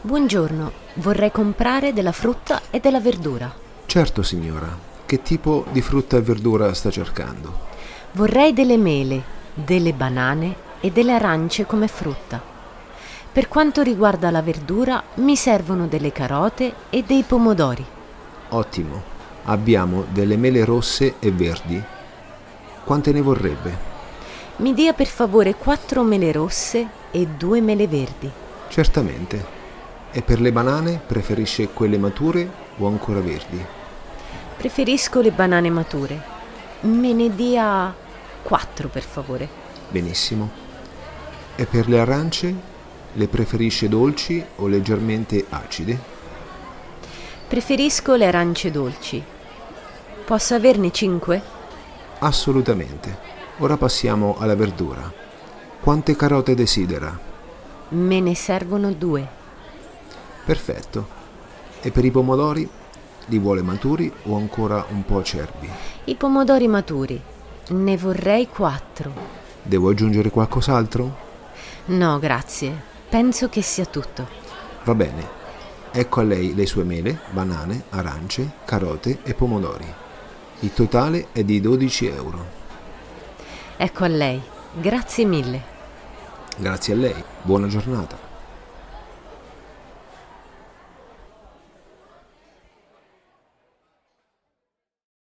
Buongiorno, vorrei comprare della frutta e della verdura. Certo, signora. Che tipo di frutta e verdura sta cercando? Vorrei delle mele, delle banane e delle arance come frutta. Per quanto riguarda la verdura, mi servono delle carote e dei pomodori. Ottimo. Abbiamo delle mele rosse e verdi. Quante ne vorrebbe? Mi dia per favore 4 mele rosse e 2 mele verdi. Certamente. E per le banane preferisce quelle mature o ancora verdi? Preferisco le banane mature. Me ne dia 4 per favore. Benissimo. E per le arance le preferisce dolci o leggermente acide? Preferisco le arance dolci. Posso averne 5? Assolutamente. Ora passiamo alla verdura. Quante carote desidera? Me ne servono 2. Perfetto. E per i pomodori? Li vuole maturi o ancora un po' acerbi? I pomodori maturi. Ne vorrei 4. Devo aggiungere qualcos'altro? No, grazie. Penso che sia tutto. Va bene. Ecco a lei le sue mele, banane, arance, carote e pomodori. Il totale è di 12 euro. Ecco a lei. Grazie mille. Grazie a lei. Buona giornata.